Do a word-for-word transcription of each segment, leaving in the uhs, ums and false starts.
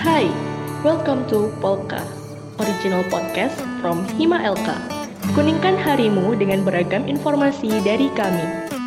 Hai, welcome to Polka, original podcast from Hima L K. Kuningkan harimu dengan beragam informasi dari kami.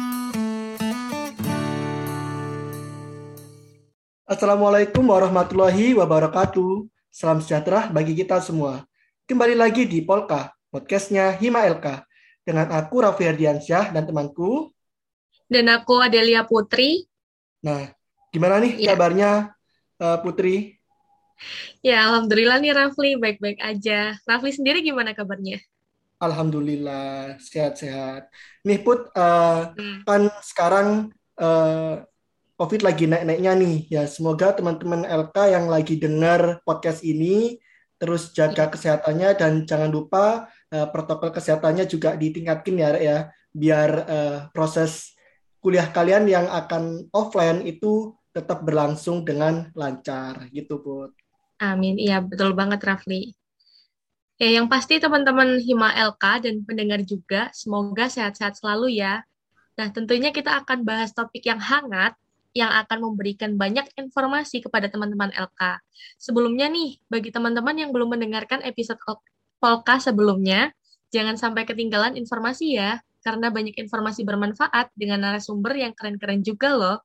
Assalamualaikum warahmatullahi wabarakatuh. Salam sejahtera bagi kita semua. Kembali lagi di Polka, podcastnya Hima L K. Dengan aku Raffi Ardiansyah dan temanku. Dan aku Adelia Putri. Nah, gimana nih Ya. kabarnya uh, Putri? Ya, alhamdulillah nih Rafli, baik-baik aja. Rafli sendiri gimana kabarnya? Alhamdulillah, sehat-sehat. Nih Put, uh, Hmm. kan sekarang uh, COVID lagi naik-naiknya nih. Ya, semoga teman-teman L K yang lagi dengar podcast ini terus jaga kesehatannya dan jangan lupa uh, protokol kesehatannya juga ditingkatkan ya, Rek, ya. Biar uh, proses kuliah kalian yang akan offline itu tetap berlangsung dengan lancar gitu, Put. Amin, iya betul banget Rafli. Ya, yang pasti teman-teman Hima L K dan pendengar juga, semoga sehat-sehat selalu ya. Nah, tentunya kita akan bahas topik yang hangat, yang akan memberikan banyak informasi kepada teman-teman L K. Sebelumnya nih, bagi teman-teman yang belum mendengarkan episode Polka sebelumnya, jangan sampai ketinggalan informasi ya, karena banyak informasi bermanfaat dengan narasumber yang keren-keren juga loh.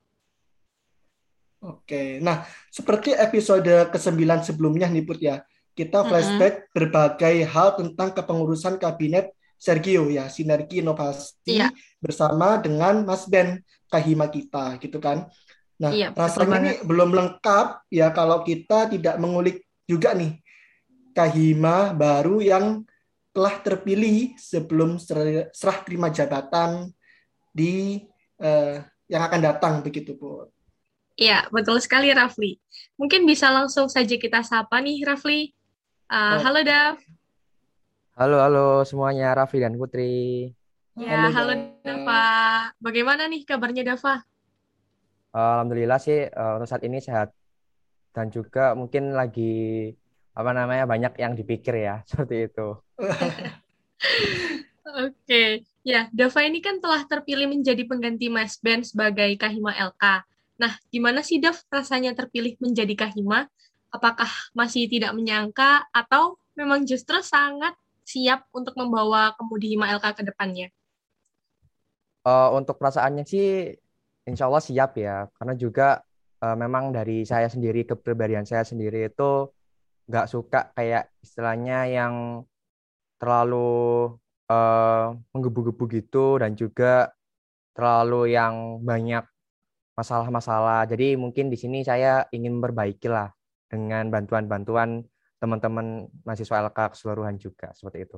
Oke, nah seperti episode kesembilan sebelumnya nih Put ya, kita Mm-mm. flashback berbagai hal tentang kepengurusan kabinet Sergio ya, sinergi Iya, inovasi bersama dengan Mas Ben Kahima kita gitu kan. Nah, iya, betul rasanya ini banget. belum lengkap ya kalau kita tidak mengulik juga nih Kahima baru yang telah terpilih sebelum ser- serah terima jabatan di eh, yang akan datang begitu Put. Iya, betul sekali Rafli. Mungkin bisa langsung saja kita sapa nih Rafli. Uh, halo Oke, Dav. Halo, halo semuanya, Raffi dan Putri. Ya, halo halo Dava. Dah. Bagaimana nih kabarnya Dava? Alhamdulillah sih eh, untuk saat ini sehat dan juga mungkin lagi apa namanya banyak yang dipikir ya seperti itu. Oke, ya, Dava ini kan telah terpilih menjadi pengganti Mas Ben sebagai Kahima L K. Nah, gimana sih Dav rasanya terpilih menjadi Kahima? Apakah masih tidak menyangka atau memang justru sangat siap untuk membawa Kemudi Hima L K ke depannya? Eh, untuk perasaannya sih insya Allah siap ya karena juga eh, memang dari saya sendiri kepribadian saya sendiri itu nggak suka kayak istilahnya yang terlalu eh, menggebu-gebu gitu dan juga terlalu yang banyak masalah-masalah. Jadi mungkin di sini saya ingin memperbaiki lah dengan bantuan-bantuan teman-teman mahasiswa L K keseluruhan juga seperti itu.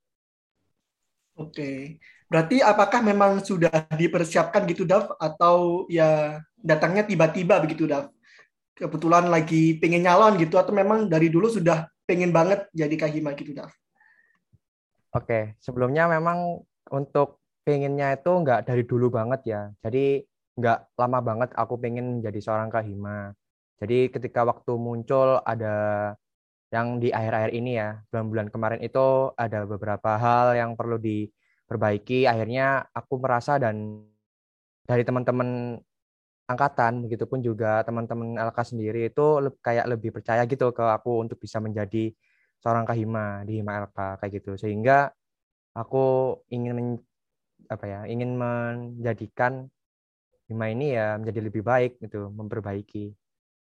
Oke, berarti apakah memang sudah dipersiapkan gitu, Dav, atau ya datangnya tiba-tiba begitu, Dav? Kebetulan lagi pengen nyalon gitu, atau memang dari dulu sudah pengen banget jadi Kahima gitu, Dav? Oke, sebelumnya memang untuk pengennya itu nggak dari dulu banget ya. Jadi nggak lama banget aku pengen menjadi seorang Kahima. Jadi ketika waktu muncul ada yang di akhir-akhir ini ya, bulan-bulan kemarin itu ada beberapa hal yang perlu diperbaiki. Akhirnya aku merasa dan dari teman-teman angkatan, begitupun juga teman-teman L K sendiri itu le- kayak lebih percaya gitu ke aku untuk bisa menjadi seorang Kahima di Hima L K kayak gitu. Sehingga aku ingin men- apa ya, ingin menjadikan Hima ini ya menjadi lebih baik gitu, memperbaiki.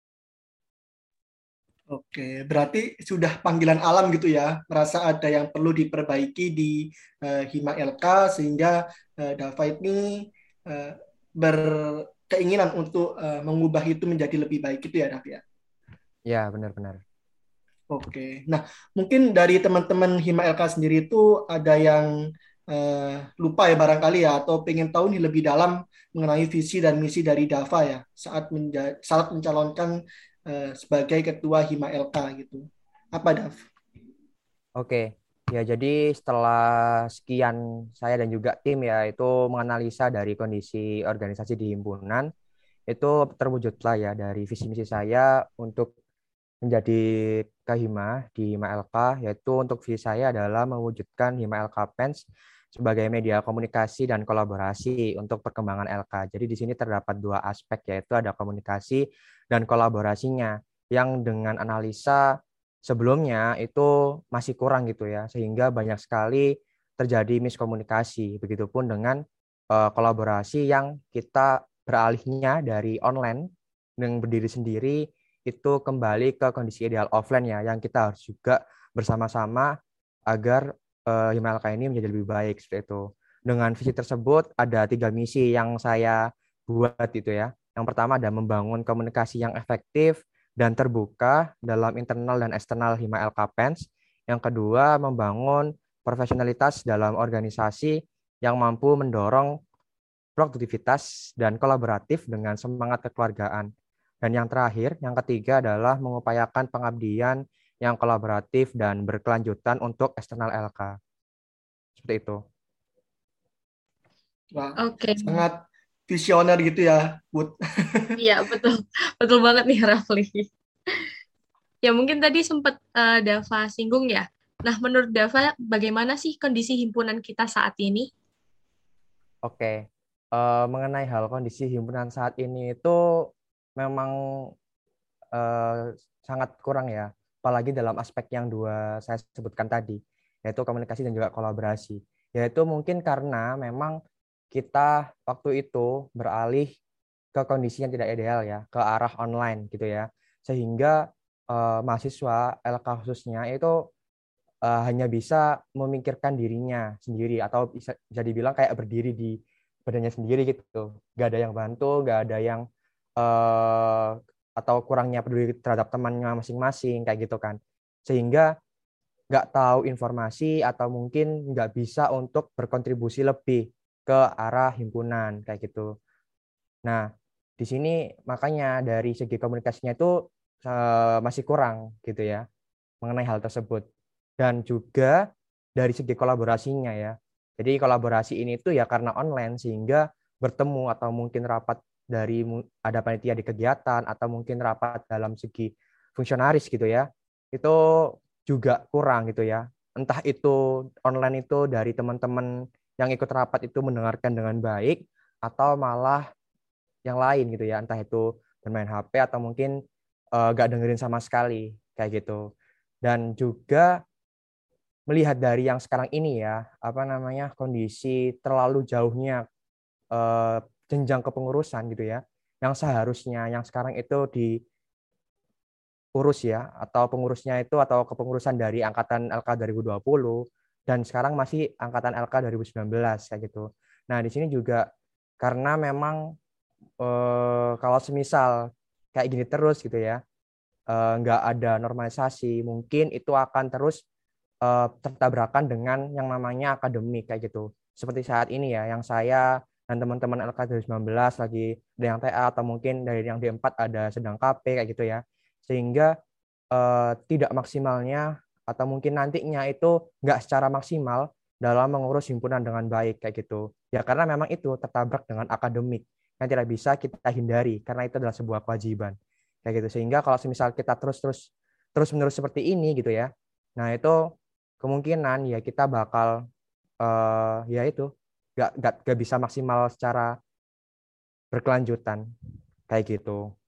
Oke, berarti sudah panggilan alam gitu ya, merasa ada yang perlu diperbaiki di eh, Hima L K sehingga eh, Dava ini eh, berkeinginan untuk eh, mengubah itu menjadi lebih baik gitu ya, Dav ya? Ya, benar-benar. Oke, nah mungkin dari teman-teman Hima L K sendiri itu ada yang eh, lupa ya barangkali ya, atau pengen tahu nih lebih dalam mengenai visi dan misi dari Dava ya saat menja- saat mencalonkan eh, sebagai ketua Hima L K gitu. Apa Dav? Oke. Ya, jadi setelah sekian saya dan juga tim ya itu menganalisa dari kondisi organisasi di himpunan, itu terwujudlah ya dari visi misi saya untuk menjadi Kahima di Hima L K, yaitu untuk visi saya adalah mewujudkan Hima L K Pens sebagai media komunikasi dan kolaborasi untuk perkembangan L K. Jadi di sini terdapat dua aspek, yaitu ada komunikasi dan kolaborasinya. yang dengan analisa sebelumnya itu masih kurang gitu ya, sehingga banyak sekali terjadi miskomunikasi. Begitupun dengan uh, kolaborasi yang kita beralihnya dari online yang berdiri sendiri itu kembali ke kondisi ideal offline ya, yang kita harus juga bersama-sama agar uh, Hima L K ini menjadi lebih baik seperti itu. Dengan visi tersebut ada tiga misi yang saya buat itu ya. Yang pertama ada membangun komunikasi yang efektif dan terbuka dalam internal dan eksternal Hima L K Pens. Yang kedua, membangun profesionalitas dalam organisasi yang mampu mendorong produktivitas dan kolaboratif dengan semangat kekeluargaan. Dan yang terakhir, yang ketiga adalah mengupayakan pengabdian yang kolaboratif dan berkelanjutan untuk eksternal L K. Seperti itu. Wah, Oke. sangat visioner gitu ya, Bud. Iya, betul. Betul banget nih, Rafli. Ya, mungkin tadi sempat uh, Dava singgung ya. Nah, menurut Dava, bagaimana sih kondisi himpunan kita saat ini? Oke, uh, mengenai hal kondisi himpunan saat ini itu memang uh, sangat kurang ya, apalagi dalam aspek yang dua saya sebutkan tadi, yaitu komunikasi dan juga kolaborasi. Yaitu mungkin karena memang kita waktu itu beralih ke kondisi yang tidak ideal ya, ke arah online gitu ya, sehingga uh, mahasiswa L K khususnya itu uh, hanya bisa memikirkan dirinya sendiri atau bisa jadi bilang kayak berdiri di badannya sendiri gitu, gak ada yang bantu, gak ada yang uh, atau kurangnya peduli terhadap temannya masing-masing kayak gitu kan, sehingga nggak tahu informasi atau mungkin nggak bisa untuk berkontribusi lebih ke arah himpunan kayak gitu. Nah, di sini makanya dari segi komunikasinya itu uh, masih kurang gitu ya mengenai hal tersebut. Dan juga dari segi kolaborasinya ya. Jadi kolaborasi ini tuh ya karena online sehingga bertemu atau mungkin rapat dari ada panitia di kegiatan atau mungkin rapat dalam segi fungsionaris gitu ya. Itu juga kurang gitu ya. Entah itu online itu dari teman-teman yang ikut rapat itu mendengarkan dengan baik atau malah yang lain gitu ya, entah itu bermain H P atau mungkin uh, gak dengerin sama sekali kayak gitu. Dan juga melihat dari yang sekarang ini ya, apa namanya kondisi terlalu jauhnya uh, jenjang kepengurusan gitu ya, yang seharusnya yang sekarang itu diurus ya, atau pengurusnya itu atau kepengurusan dari angkatan L K dua ribu dua puluh dan sekarang masih angkatan L K dua ribu sembilan belas kayak gitu. Nah di sini juga karena memang Uh, kalau semisal kayak gini terus gitu ya, uh, nggak ada normalisasi, mungkin itu akan terus uh, tertabrakan dengan yang namanya akademik kayak gitu. Seperti saat ini ya, yang saya dan teman-teman L K dua ribu sembilan belas lagi ada yang T A atau mungkin dari yang D empat ada sedang K P kayak gitu ya, sehingga uh, tidak maksimalnya atau mungkin nantinya itu nggak secara maksimal dalam mengurus himpunan dengan baik kayak gitu. Ya karena memang itu tertabrak dengan akademik yang tidak bisa kita hindari karena itu adalah sebuah kewajiban kayak gitu, sehingga kalau misal kita terus terus terus menerus seperti ini gitu ya, nah itu kemungkinan ya kita bakal uh, ya itu gak, gak, gak bisa maksimal secara berkelanjutan kayak gitu.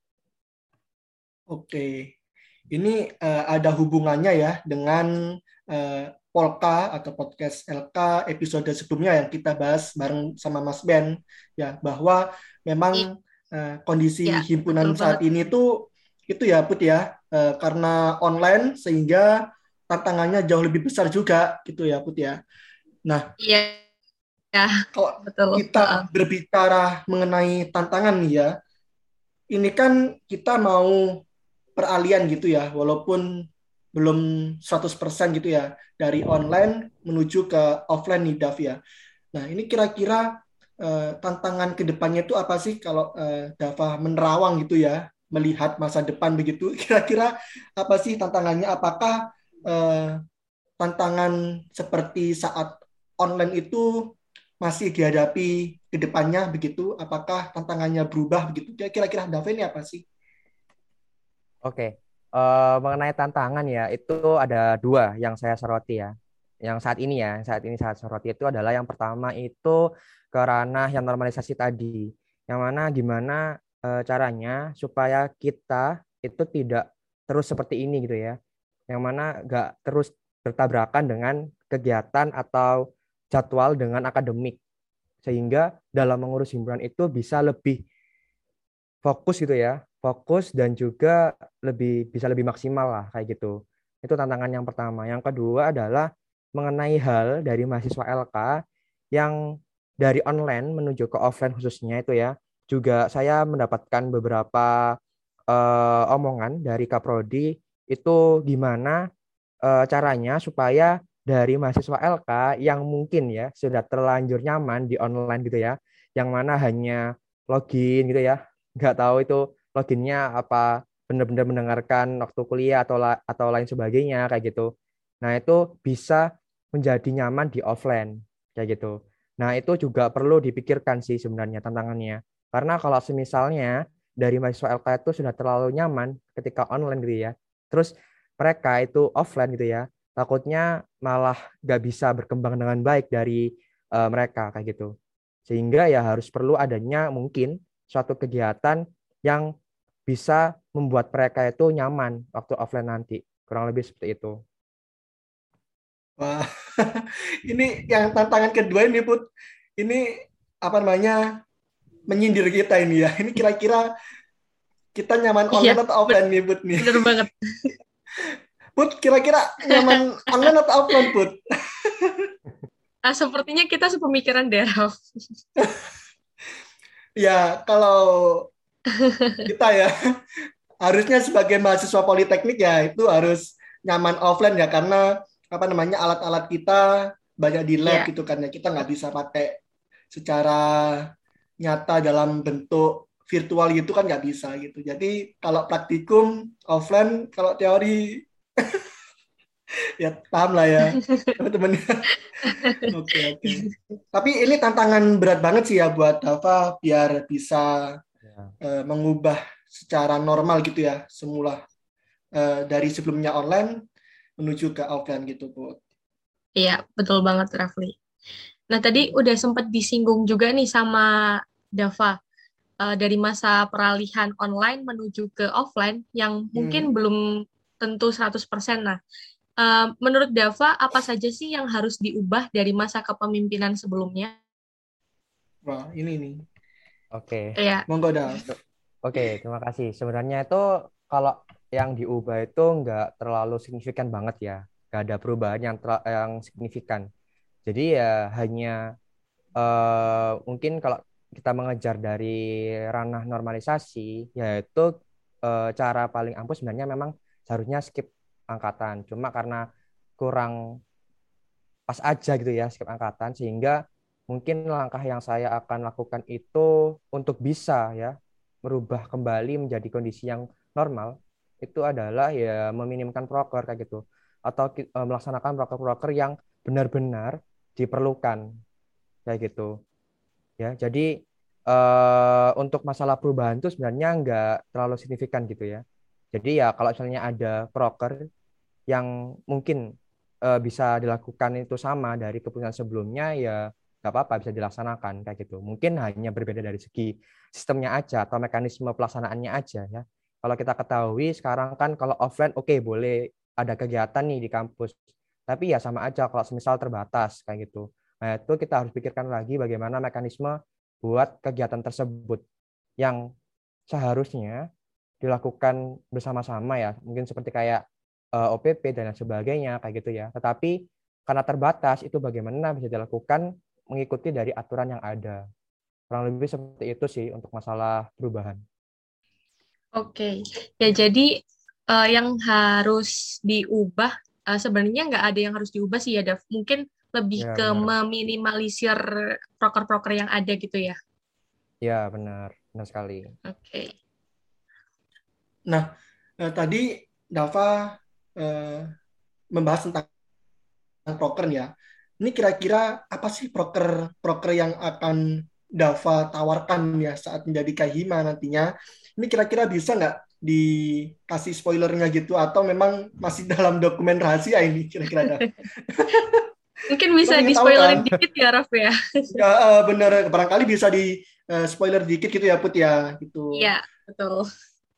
Oke, ini uh, ada hubungannya ya dengan uh, Polka atau podcast L K episode sebelumnya yang kita bahas bareng sama Mas Ben ya, bahwa memang uh, kondisi Ya, himpunan betul saat banget. ini tuh itu ya Put ya, uh, karena online sehingga tantangannya jauh lebih besar juga gitu ya Put ya. Nah, Iya, ya, kalau betul. kita berbicara mengenai tantangan nih ya, ini kan kita mau peralihan gitu ya, walaupun belum seratus persen gitu ya, dari online menuju ke offline nih Dav ya. Nah ini kira-kira eh, tantangan kedepannya itu apa sih kalau eh, Dava menerawang gitu ya, melihat masa depan begitu, kira-kira apa sih tantangannya? Apakah eh, tantangan seperti saat online itu masih dihadapi kedepannya begitu? Apakah tantangannya berubah begitu? Kira-kira Dava ini apa sih? Oke, uh, mengenai tantangan ya, itu ada dua yang saya soroti ya. Yang saat ini ya, saat ini saya soroti itu adalah yang pertama itu ke ranah yang normalisasi tadi. Yang mana gimana uh, caranya supaya kita itu tidak terus seperti ini gitu ya, yang mana nggak terus bertabrakan dengan kegiatan atau jadwal dengan akademik, sehingga dalam mengurus himpunan itu bisa lebih fokus gitu ya, fokus dan juga lebih bisa lebih maksimal lah kayak gitu. Itu tantangan yang pertama. Yang kedua adalah mengenai hal dari mahasiswa L K yang dari online menuju ke offline khususnya itu ya. Juga saya mendapatkan beberapa uh, omongan dari Kaprodi itu gimana uh, caranya supaya dari mahasiswa L K yang mungkin ya sudah terlanjur nyaman di online gitu ya, yang mana hanya login gitu ya, nggak tahu itu loginnya apa benar-benar mendengarkan waktu kuliah atau la, atau lain sebagainya kayak gitu. Nah itu bisa menjadi nyaman di offline kayak gitu. Nah itu juga perlu dipikirkan sih sebenarnya tantangannya. Karena kalau semisalnya dari mahasiswa L K itu sudah terlalu nyaman ketika online gitu ya, terus mereka itu offline gitu ya, takutnya malah nggak bisa berkembang dengan baik dari uh, mereka kayak gitu. Sehingga ya harus perlu adanya mungkin suatu kegiatan yang bisa membuat mereka itu nyaman waktu offline nanti. Kurang lebih seperti itu. Wah, ini yang tantangan kedua ini, Put. Ini apa namanya, menyindir kita ini ya. Ini kira-kira kita nyaman online Iya, atau offline nih, Put nih. bener banget. Put, kira-kira nyaman online atau offline, Put? Nah, sepertinya kita sepemikiran deh, Raf. Ya, kalau kita ya, harusnya sebagai mahasiswa politeknik ya, itu harus nyaman offline ya, karena apa namanya, alat-alat kita banyak di lab yeah. gitu kan ya, kita nggak bisa pakai secara nyata dalam bentuk virtual gitu kan, nggak bisa gitu. Jadi kalau praktikum offline, kalau teori ya paham lah ya teman-teman. Oke oke. Tapi ini tantangan berat banget sih ya buat Dava biar bisa ya. uh, mengubah secara normal gitu ya, semula uh, dari sebelumnya online menuju ke offline gitu, Bu. Iya, betul banget, Rafli. Nah, tadi udah sempat disinggung juga nih sama Dava, uh, dari masa peralihan online menuju ke offline yang mungkin hmm. belum tentu seratus persen. Nah, uh, menurut Dava, apa saja sih yang harus diubah dari masa kepemimpinan sebelumnya? Wah, ini nih. Oke. Okay. Ya. Monggo, Dav. Oke, okay, terima kasih. Sebenarnya itu kalau yang diubah itu nggak terlalu signifikan banget ya. Nggak ada perubahan yang ter- yang signifikan. Jadi ya hanya uh, mungkin kalau kita mengejar dari ranah normalisasi, yaitu uh, cara paling ampuh sebenarnya memang seharusnya skip angkatan. Cuma karena kurang pas aja gitu ya skip angkatan, sehingga mungkin langkah yang saya akan lakukan itu untuk bisa ya merubah kembali menjadi kondisi yang normal, itu adalah ya meminimkan proker kayak gitu. Atau uh, melaksanakan proker-proker yang benar-benar diperlukan kayak gitu ya. Jadi uh, untuk masalah perubahan itu sebenarnya nggak terlalu signifikan gitu ya. Jadi ya kalau misalnya ada proker yang mungkin uh, bisa dilakukan itu sama dari keputusan sebelumnya, ya nggak apa-apa, bisa dilaksanakan kayak gitu. Mungkin hanya berbeda dari segi sistemnya aja atau mekanisme pelaksanaannya aja ya. Kalau kita ketahui sekarang kan kalau offline oke okay, boleh ada kegiatan nih di kampus, tapi ya sama aja kalau semisal terbatas kayak gitu. Nah itu kita harus pikirkan lagi bagaimana mekanisme buat kegiatan tersebut yang seharusnya dilakukan bersama-sama ya, mungkin seperti kayak uh, O P P dan sebagainya kayak gitu ya. Tetapi karena terbatas itu bagaimana bisa dilakukan mengikuti dari aturan yang ada. Kurang lebih seperti itu sih untuk masalah perubahan. Oke, ya jadi uh, yang harus diubah uh, sebenarnya nggak ada yang harus diubah sih ya, Dav. Mungkin lebih ya, ke benar. Meminimalisir proker-proker yang ada gitu ya. Ya benar, benar sekali. Oke. Nah eh, tadi Dava eh, membahas tentang proker ya. Ini kira-kira apa sih proker-proker yang akan Dava tawarkan ya saat menjadi Kahima nantinya? Ini kira-kira bisa nggak dikasih spoilernya gitu, atau memang masih dalam dokumen rahasia ini kira-kira? Mungkin bisa di spoilerin kan? Dikit ya, Raf ya. Ya uh, benar, barangkali bisa di uh, spoiler dikit gitu ya, Put ya, gitu. Iya, betul.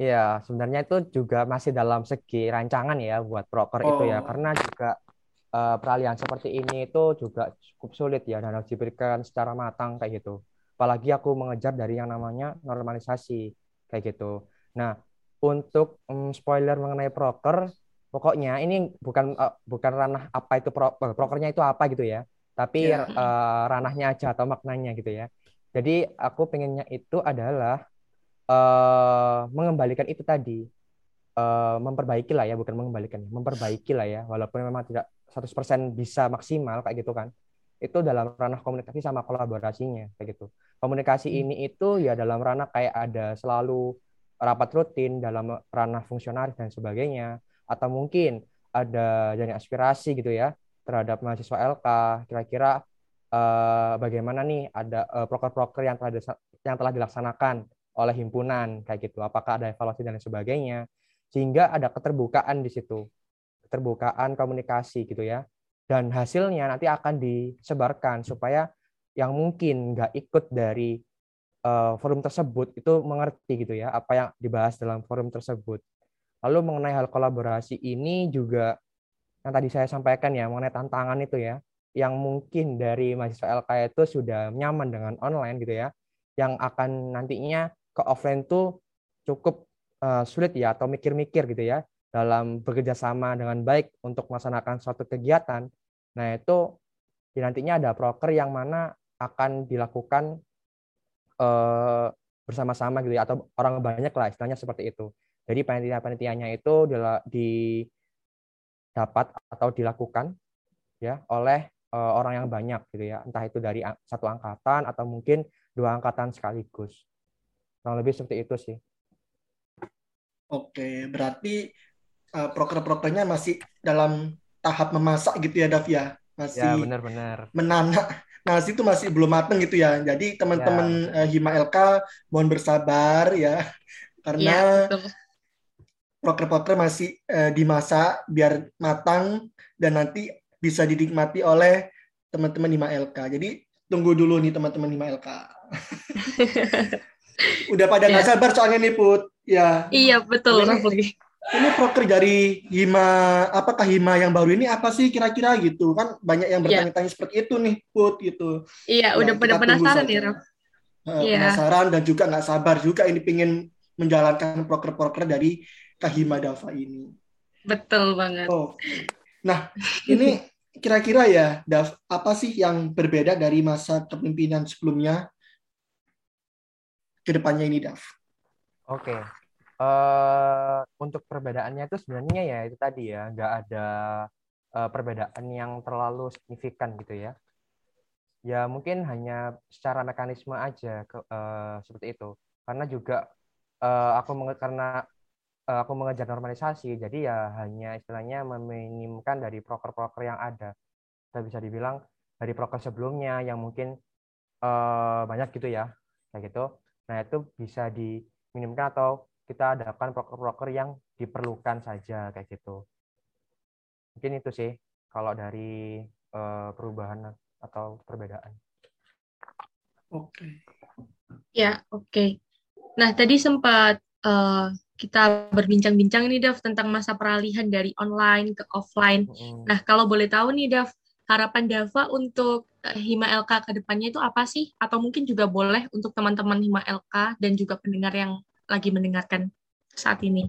Iya, sebenarnya itu juga masih dalam segi rancangan ya buat proker itu ya, Oh, karena juga eh, peralihan seperti ini itu juga cukup sulit ya dan harus diberikan secara matang kayak gitu. Apalagi aku mengejar dari yang namanya normalisasi kayak gitu. Nah, untuk mm, spoiler mengenai proker, pokoknya ini bukan eh, bukan ranah apa itu pro, eh, prokernya itu apa gitu ya, tapi ya. eh, ranahnya aja atau maknanya gitu ya. Jadi aku pengennya itu adalah eh, mengembalikan itu tadi, eh, memperbaiki lah ya, bukan mengembalikan, memperbaiki lah ya, walaupun memang tidak seratus persen bisa maksimal kayak gitu kan. Itu dalam ranah komunikasi sama kolaborasinya kayak gitu. Komunikasi ini itu ya dalam ranah kayak ada selalu rapat rutin dalam ranah fungsionaris dan sebagainya, atau mungkin ada jadi aspirasi gitu ya terhadap mahasiswa L K, kira-kira eh, bagaimana nih ada eh, proker-proker yang telah yang telah dilaksanakan oleh himpunan kayak gitu, apakah ada evaluasi dan lain sebagainya, sehingga ada keterbukaan di situ, keterbukaan komunikasi gitu ya, dan hasilnya nanti akan disebarkan supaya yang mungkin nggak ikut dari uh, forum tersebut itu mengerti gitu ya apa yang dibahas dalam forum tersebut. Lalu mengenai hal kolaborasi ini juga yang tadi saya sampaikan ya mengenai tantangan itu ya, yang mungkin dari mahasiswa L K itu sudah nyaman dengan online gitu ya, yang akan nantinya ke offline tuh cukup uh, sulit ya, atau mikir-mikir gitu ya dalam bekerja sama dengan baik untuk melaksanakan suatu kegiatan. Nah itu ya, nantinya ada proker yang mana akan dilakukan uh, bersama-sama gitu ya, atau orang banyak lah istilahnya seperti itu. Jadi panitia-panitianya itu di dapat atau dilakukan ya oleh uh, orang yang banyak gitu ya, entah itu dari satu angkatan atau mungkin dua angkatan sekaligus. Kurang lebih seperti itu sih. Oke, berarti uh, proker-prokernya masih dalam tahap memasak gitu ya, Dav ya. Ya, Masih benar-benar. menanak nasi itu masih belum mateng gitu ya. Jadi Ya, teman-teman betul. uh, Hima L K mohon bersabar ya, Iya, karena betul. proker-proker masih uh, dimasak biar matang dan nanti bisa dinikmati oleh teman-teman Hima L K. Jadi tunggu dulu nih teman-teman Hima L K. Udah pada nggak Ya. sabar soalnya nih Put. Ya. Iya, betul, Ini Rafli. ini proker dari Hima, apakah Hima yang baru ini apa sih kira-kira gitu kan, banyak yang Iya, bertanya-tanya seperti itu nih Put gitu iya, udah ya, pada kita tunggu penasaran nih, saja. Raf. Eh, Iya, penasaran dan juga nggak sabar juga ini pengen menjalankan proker-proker dari Kak Hima Dava ini. betul banget. Oh, nah ini kira-kira ya Dav, apa sih yang berbeda dari masa kepemimpinan sebelumnya ke depannya ini Dav? Oke. Eh, untuk perbedaannya itu sebenarnya ya itu tadi ya, nggak ada eh, perbedaan yang terlalu signifikan gitu ya. Ya mungkin hanya secara mekanisme aja ke, eh, seperti itu. Karena juga eh, aku menge- karena eh, aku mengejar normalisasi, jadi ya hanya istilahnya meminimkan dari proker-proker yang ada. Kita bisa dibilang dari proker sebelumnya yang mungkin eh, banyak gitu ya, kayak gitu. Nah itu bisa diminimkan atau kita adakan proker-proker yang diperlukan saja kayak gitu. Mungkin itu sih kalau dari eh, perubahan atau perbedaan. Oke. Ya, oke. Nah, tadi sempat eh, kita berbincang-bincang nih, Dav, tentang masa peralihan dari online ke offline. Mm-mm. Nah, kalau boleh tahu nih, Dav, harapan Dava untuk eh, Hima L K ke depannya itu apa sih? Atau mungkin juga boleh untuk teman-teman Hima L K dan juga pendengar yang lagi mendengarkan saat ini.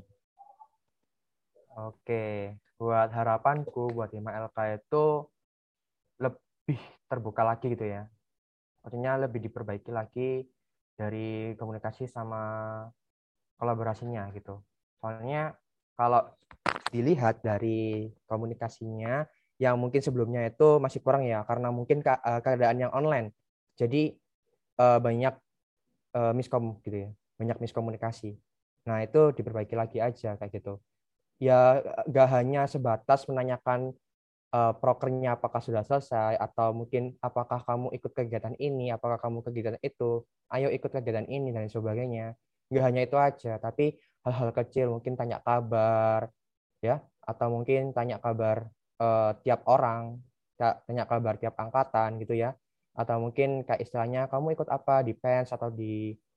Oke, buat harapanku buat Hima L K itu lebih terbuka lagi gitu ya. Maksudnya lebih diperbaiki lagi dari komunikasi sama kolaborasinya gitu. Soalnya kalau dilihat dari komunikasinya yang mungkin sebelumnya itu masih kurang ya, karena mungkin keadaan yang online. Jadi eh, banyak eh, miskom gitu ya, banyak miskomunikasi. Nah itu diperbaiki lagi aja kayak gitu. Ya gak hanya sebatas menanyakan uh, prokernya apakah sudah selesai, atau mungkin apakah kamu ikut kegiatan ini, apakah kamu kegiatan itu, ayo ikut kegiatan ini dan sebagainya. Nggak hanya itu aja, tapi hal-hal kecil mungkin tanya kabar ya, atau mungkin tanya kabar uh, tiap orang, tanya kabar tiap angkatan gitu ya, atau mungkin kayak istilahnya kamu ikut apa di P E N S atau di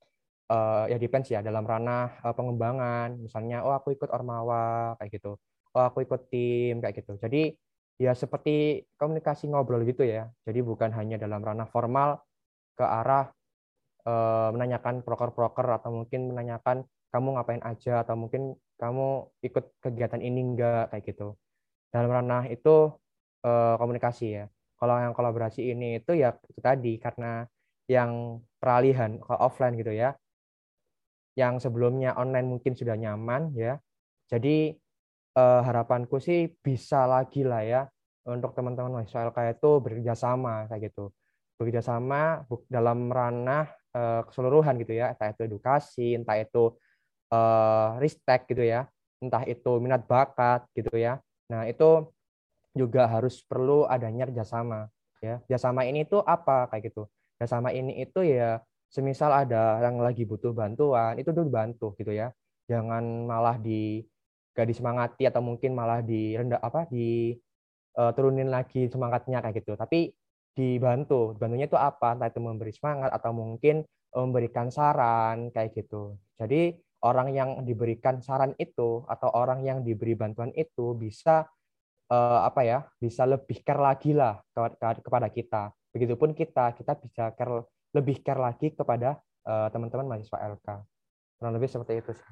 uh, ya depends ya dalam ranah uh, pengembangan. Misalnya, oh aku ikut Ormawa kayak gitu. Oh aku ikut tim kayak gitu. Jadi ya seperti komunikasi ngobrol gitu ya. Jadi bukan hanya dalam ranah formal ke arah uh, menanyakan proker-proker atau mungkin menanyakan kamu ngapain aja atau mungkin kamu ikut kegiatan ini enggak kayak gitu. Dalam ranah itu uh, komunikasi ya. Kalau yang kolaborasi ini itu ya itu tadi karena yang peralihan ke offline gitu ya. Yang sebelumnya online mungkin sudah nyaman ya. Jadi uh, harapanku sih bisa lagi lah ya untuk teman-teman mahasiswa L K itu bekerja sama kayak gitu. Bekerja sama dalam ranah uh, keseluruhan gitu ya, entah itu edukasi, entah itu uh, ristek gitu ya, entah itu minat bakat gitu ya. Nah, itu juga harus perlu adanya kerjasama ya. Kerjasama ini tuh apa kayak gitu. Kerjasama ini itu ya semisal ada yang lagi butuh bantuan, itu tuh dibantu gitu ya. Jangan malah di gak disemangati atau mungkin malah di rendah apa di uh, turunin lagi semangatnya kayak gitu. Tapi dibantu. Bantunya itu apa? Entah itu memberi semangat atau mungkin memberikan saran kayak gitu. Jadi orang yang diberikan saran itu atau orang yang diberi bantuan itu bisa uh, apa ya? Bisa lebih care lagi lah ke, ke, kepada kita. Begitupun kita, kita bisa care, lebih care lagi kepada uh, teman-teman mahasiswa L K. Kurang lebih seperti itu sih.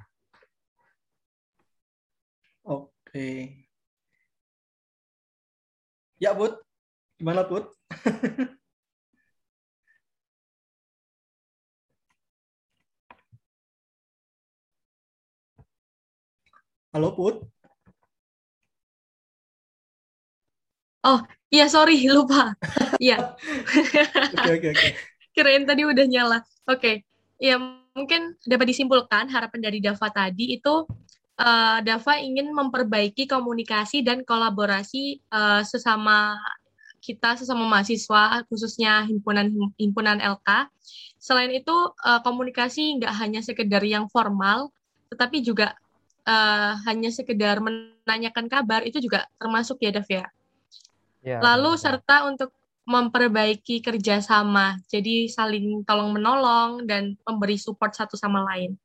Oke. Ya, Put. Gimana, Put? Halo, Put. Oh, iya sorry, lupa. Iya. Oke, oke, oke. Kirain tadi udah nyala. Oke. Ya, mungkin dapat disimpulkan harapan dari Dava tadi itu uh, Dava ingin memperbaiki komunikasi dan kolaborasi uh, sesama kita, sesama mahasiswa, khususnya himpunan himpunan L K. Selain itu, uh, komunikasi nggak hanya sekedar yang formal, tetapi juga uh, hanya sekedar menanyakan kabar, itu juga termasuk ya, Dav ya? Ya, lalu benar. Serta untuk memperbaiki kerjasama, jadi saling tolong-menolong dan memberi support satu sama lain.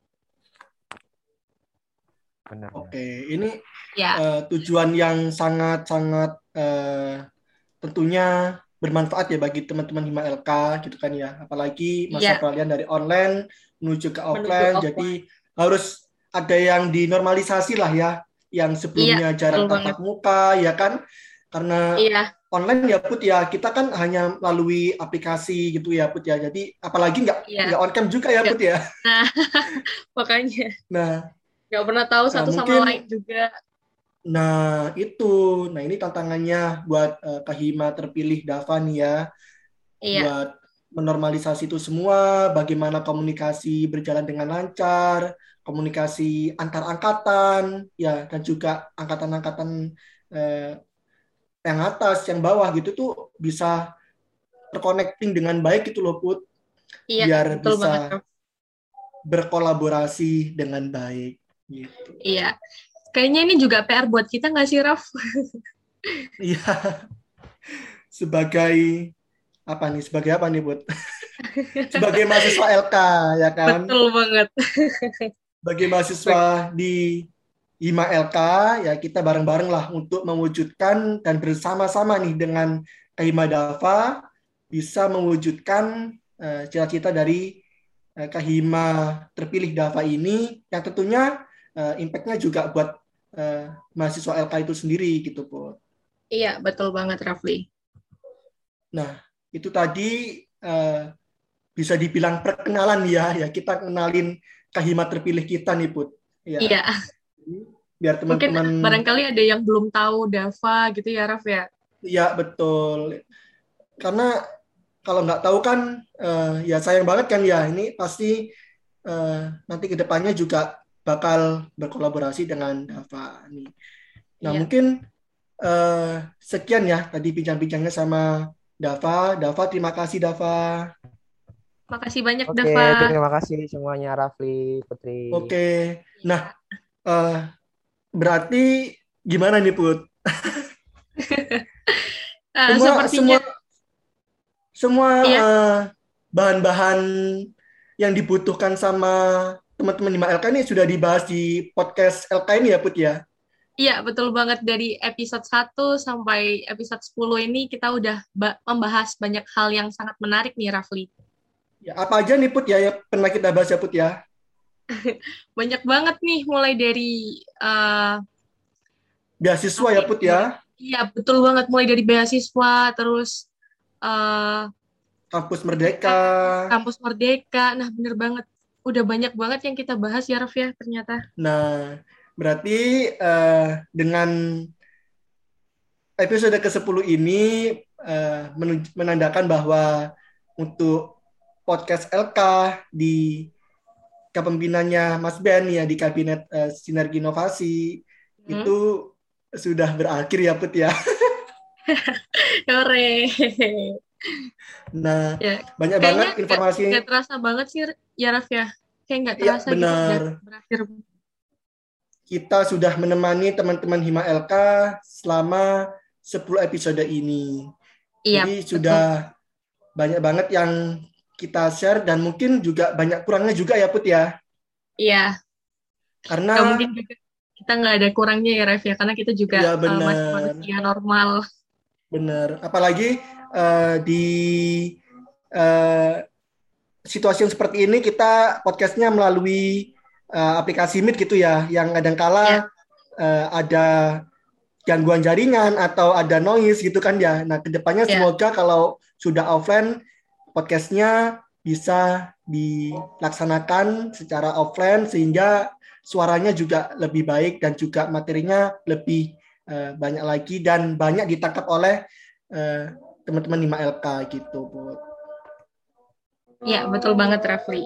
Benar. Oke, ini ya. uh, tujuan yang sangat-sangat uh, tentunya bermanfaat ya bagi teman-teman Hima L K gitu kan ya. Apalagi masa ya. peralihan dari online menuju ke offline, menuju jadi offline. Harus ada yang dinormalisasi lah ya, yang sebelumnya ya, jarak tatap muka ya kan. Karena iya. online ya Put ya, kita kan hanya melalui aplikasi gitu ya Put ya. Jadi apalagi nggak iya. nggak on cam juga ya Put ya. Nah, makanya. Nah, nggak pernah tahu satu nah, sama mungkin, lain juga. Nah, itu. Nah, ini tantangannya buat uh, Kahima terpilih Dava nih ya. Iya. Buat menormalisasi itu semua, bagaimana komunikasi berjalan dengan lancar, komunikasi antar angkatan ya, dan juga angkatan-angkatan eh, yang atas, yang bawah gitu tuh bisa terconnecting dengan baik gitu loh Put. Iya, biar betul bisa banget. Berkolaborasi dengan baik gitu. Iya. Kayaknya ini juga P R buat kita nggak sih, Raf? Iya. Sebagai apa nih? Sebagai apa nih, Put? Sebagai mahasiswa L K ya kan? Betul banget. Sebagai mahasiswa di Hima L K, ya kita bareng-bareng lah untuk mewujudkan dan bersama-sama nih dengan Kahima Dava bisa mewujudkan uh, cita-cita dari uh, Kahima terpilih Dava ini yang tentunya uh, impact-nya juga buat uh, mahasiswa L K itu sendiri gitu, Put. Iya, betul banget, Rafli. Nah, itu tadi uh, bisa dibilang perkenalan ya, ya kita kenalin Kahima terpilih kita nih, Put. Ya. Iya. Biar teman-teman mungkin barangkali ada yang belum tahu Dava gitu ya, Raf ya. Iya betul. Karena kalau nggak tahu kan uh, ya sayang banget kan ya. Ini pasti uh, nanti kedepannya juga bakal berkolaborasi dengan Dava nih. Nah iya. Mungkin uh, sekian ya tadi bincang-bincangnya sama Dava. Dava terima kasih Dava. Makasih banyak Oke, Dava. Terima kasih semuanya Rafli, Putri. Oke. Nah. Uh, Berarti gimana nih Put? uh, semua sepertinya... semua semua iya. uh, bahan-bahan yang dibutuhkan sama teman-teman Hima L K ini sudah dibahas di podcast L K ini ya Put ya? Iya, betul banget. Dari episode satu sampai episode sepuluh ini kita udah ba- membahas banyak hal yang sangat menarik nih, Rafli. Ya, apa aja nih Put ya yang pernah kita bahas ya Put ya? Banyak banget nih, mulai dari uh, beasiswa ya Put ya? Iya, betul banget. Mulai dari beasiswa, terus uh, Kampus Merdeka. Kampus Merdeka. Nah, bener banget. Udah banyak banget yang kita bahas ya, Raf ya, ternyata. Nah, berarti uh, dengan episode kesepuluh ini uh, menandakan bahwa untuk podcast L K di kepemimpinannya Mas Ben ya di Kabinet uh, Sinergi Inovasi hmm. itu sudah berakhir ya Put ya. Hore. Nah, ya, banyak banget informasi. Gak, gak terasa banget sih ya Raf ya. Kayak nggak terasa ya, benar. Gitu berakhir. Kita sudah menemani teman-teman Hima L K selama sepuluh episode ini. Iya, Jadi betul. Sudah banyak banget yang kita share dan mungkin juga banyak kurangnya juga ya Put ya. Iya. Karena gak mungkin juga kita nggak ada kurangnya ya Ref ya, karena kita juga ya, uh, masih manusia normal. Bener. Apalagi uh, di uh, situasi yang seperti ini kita podcastnya melalui uh, aplikasi Meet gitu ya, yang kadang-kala ya. uh, ada gangguan jaringan atau ada noise gitu kan ya. Nah kedepannya ya. Semoga kalau sudah offline podcastnya bisa dilaksanakan secara offline sehingga suaranya juga lebih baik dan juga materinya lebih uh, banyak lagi dan banyak ditangkap oleh uh, teman-teman Hima L K gitu, Bu. Ya, betul banget, Rafli.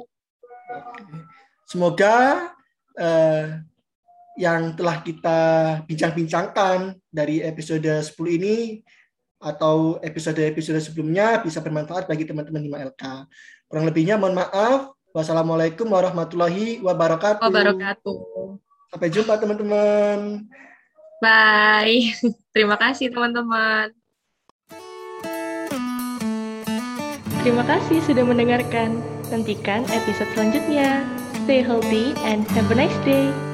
Semoga uh, yang telah kita bincang-bincangkan dari episode sepuluh ini atau episode-episode sebelumnya bisa bermanfaat bagi teman-teman Hima L K. Kurang lebihnya mohon maaf. Wassalamualaikum warahmatullahi wabarakatuh. Wabarakatuh. Sampai jumpa teman-teman. Bye. Terima kasih teman-teman. Terima kasih sudah mendengarkan. Nantikan episode selanjutnya. Stay healthy and have a nice day.